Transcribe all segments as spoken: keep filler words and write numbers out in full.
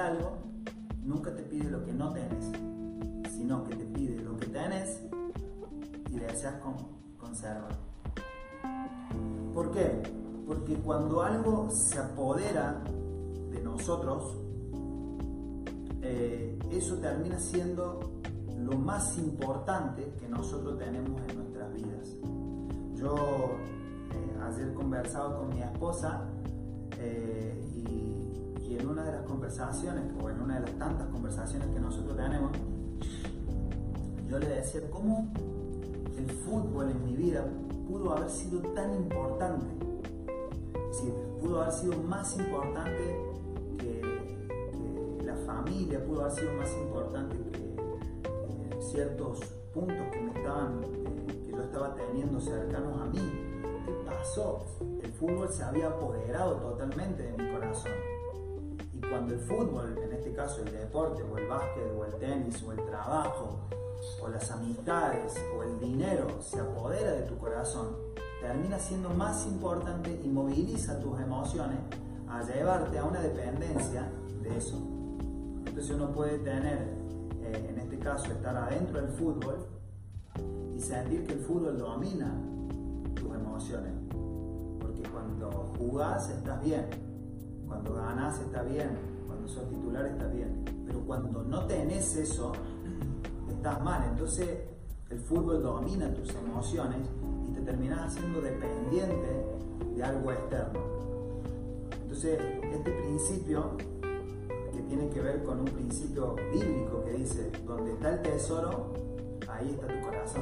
algo, nunca te pide lo que no tenés, sino que te pide lo que tenés y deseas con, conservar. ¿Por qué? Porque cuando algo se apodera de nosotros, eh, eso termina siendo lo más importante que nosotros tenemos en nuestras vidas. Yo eh, ayer conversaba con mi esposa eh, y, y en una de las conversaciones, o en una de las tantas conversaciones que nosotros tenemos, yo le decía cómo el fútbol en mi vida pudo haber sido tan importante. Es decir, pudo haber sido más importante que, que la familia, pudo haber sido más importante que eh, ciertos puntos que me estaban, eh, que yo estaba teniendo cercanos a mí. ¿Qué pasó? El fútbol se había apoderado totalmente de mi corazón. Y cuando el fútbol, en este caso el deporte, o el básquet, o el tenis, o el trabajo, o las amistades, o el dinero, se apodera de tu corazón, termina siendo más importante y moviliza tus emociones a llevarte a una dependencia de eso. Entonces uno puede tener, eh, en este caso, estar adentro del fútbol y sentir que el fútbol domina tus emociones. Porque cuando jugás estás bien, cuando ganás estás bien, cuando sos titular estás bien. Pero cuando no tenés eso, estás mal. Entonces el fútbol domina tus emociones y te terminás haciendo dependiente de algo externo. Entonces este principio, que tiene que ver con un principio bíblico que dice: donde está el tesoro, ahí está tu corazón.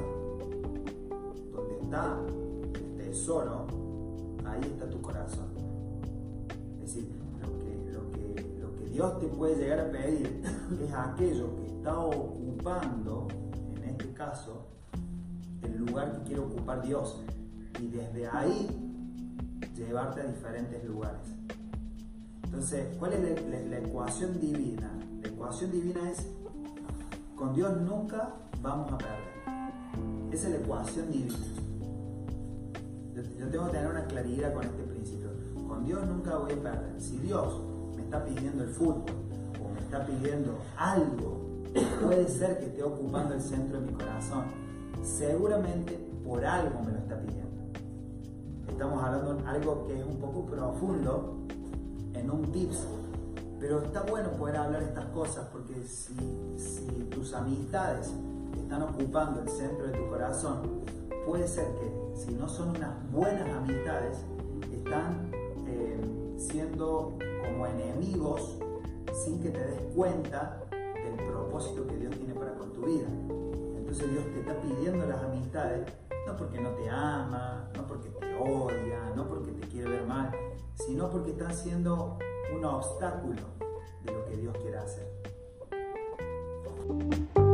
Donde está el tesoro, ahí está tu corazón. Es decir, lo que, lo que, lo que Dios te puede llegar a pedir es aquello que está ocupando, en este caso, el lugar que quiere ocupar Dios, y desde ahí llevarte a diferentes lugares. Entonces, ¿cuál es la, la, la ecuación divina? La ecuación divina es: con Dios nunca vamos a perder. Esa es la ecuación divina. Yo, yo tengo que tener una claridad con este principio. Con Dios nunca voy a perder. Si Dios me está pidiendo el fútbol, o me está pidiendo algo, puede ser que esté ocupando el centro de mi corazón, seguramente por algo me lo está pidiendo. Estamos hablando de algo que es un poco profundo en un tips, pero está bueno poder hablar estas cosas, porque si, si tus amistades están ocupando el centro de tu corazón, puede ser que, si no son unas buenas amistades, están eh, siendo como enemigos sin que te des cuenta del propósito que Dios tiene para con tu vida. Entonces Dios te está pidiendo las amistades, no porque no te ama, no porque te odia, no porque te quiere ver mal, sino porque están siendo un obstáculo de lo que Dios quiere hacer.